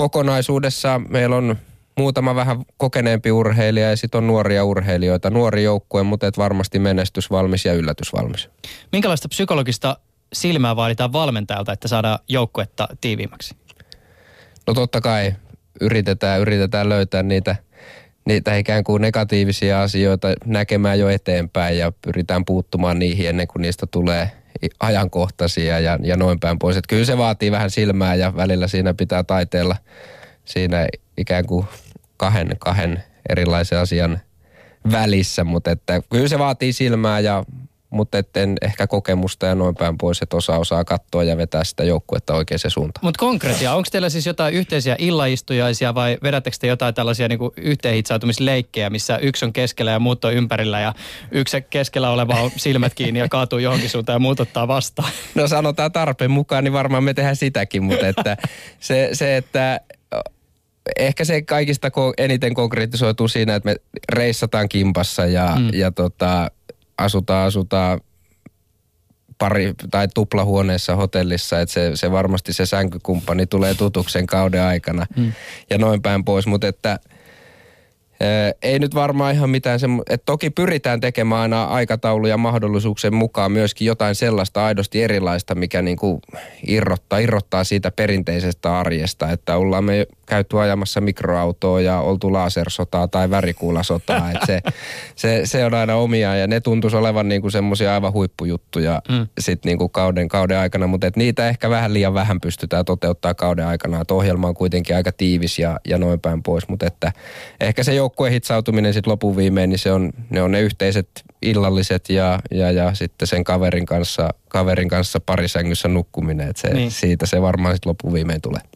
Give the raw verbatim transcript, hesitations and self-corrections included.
kokonaisuudessa meillä on muutama vähän kokeneempi urheilija ja sitten on nuoria urheilijoita. Nuori joukkue, mutta et varmasti menestysvalmis ja yllätysvalmis. Minkälaista psykologista silmää vaaditaan valmentajalta, että saadaan joukkuetta tiiviimmäksi? No totta kai yritetään, yritetään löytää niitä, niitä ikään kuin negatiivisia asioita näkemään jo eteenpäin ja pyritään puuttumaan niihin ennen kuin niistä tulee ajankohtaisia ja, ja noin päin pois. Et kyllä se vaatii vähän silmää ja välillä siinä pitää taiteella siinä ikään kuin kahden, kahden erilaisen asian välissä, mutta että kyllä se vaatii silmää ja mutta etten ehkä kokemusta ja noin päin pois, että osa osaa katsoa ja vetää sitä joukkuetta oikeaan suuntaan. Mutta konkreettia, onko teillä siis jotain yhteisiä illaistujaisia vai vedättekö te jotain tällaisia niinku yhteenhitsautumisleikkejä, missä yksi on keskellä ja muut on ympärillä ja yksi keskellä oleva on silmät kiinni ja kaatuu johonkin suuntaan ja muut ottaa vastaan? No sanotaan tarpeen mukaan, niin varmaan me tehdään sitäkin, mutta että se, se, että ehkä se kaikista eniten konkretisoituu siinä, että me reissataan kimpassa ja, mm. ja tota, asutaan, asutaan pari tai tuplahuoneessa hotellissa, että se, se varmasti se sänkykumppani tulee tutuksen kauden aikana mm. ja noin päin pois, mutta että ei nyt varmaan ihan mitään, että toki pyritään tekemään aina aikatauluja mahdollisuuksien mukaan myöskin jotain sellaista aidosti erilaista, mikä niin kuin irrottaa, irrottaa siitä perinteisestä arjesta, että ollaan me käyty ajamassa mikroautoa ja oltu lasersotaa tai värikuulasotaa, että se, se, se on aina omia ja ne tuntuisi olevan niin kuin semmoisia aivan huippujuttuja mm. sitten niin kuin kauden, kauden aikana, mutta että niitä ehkä vähän liian vähän pystytään toteuttaa kauden aikana, että ohjelma on kuitenkin aika tiivis ja, ja noin päin pois, mutta että ehkä se joukkueen hitsautuminen sitten lopun viimein, niin se on, ne on ne yhteiset illalliset ja, ja, ja sitten sen kaverin kanssa, kaverin kanssa parisängyssä nukkuminen, että se, niin. Siitä se varmaan sitten lopun viimein tulee.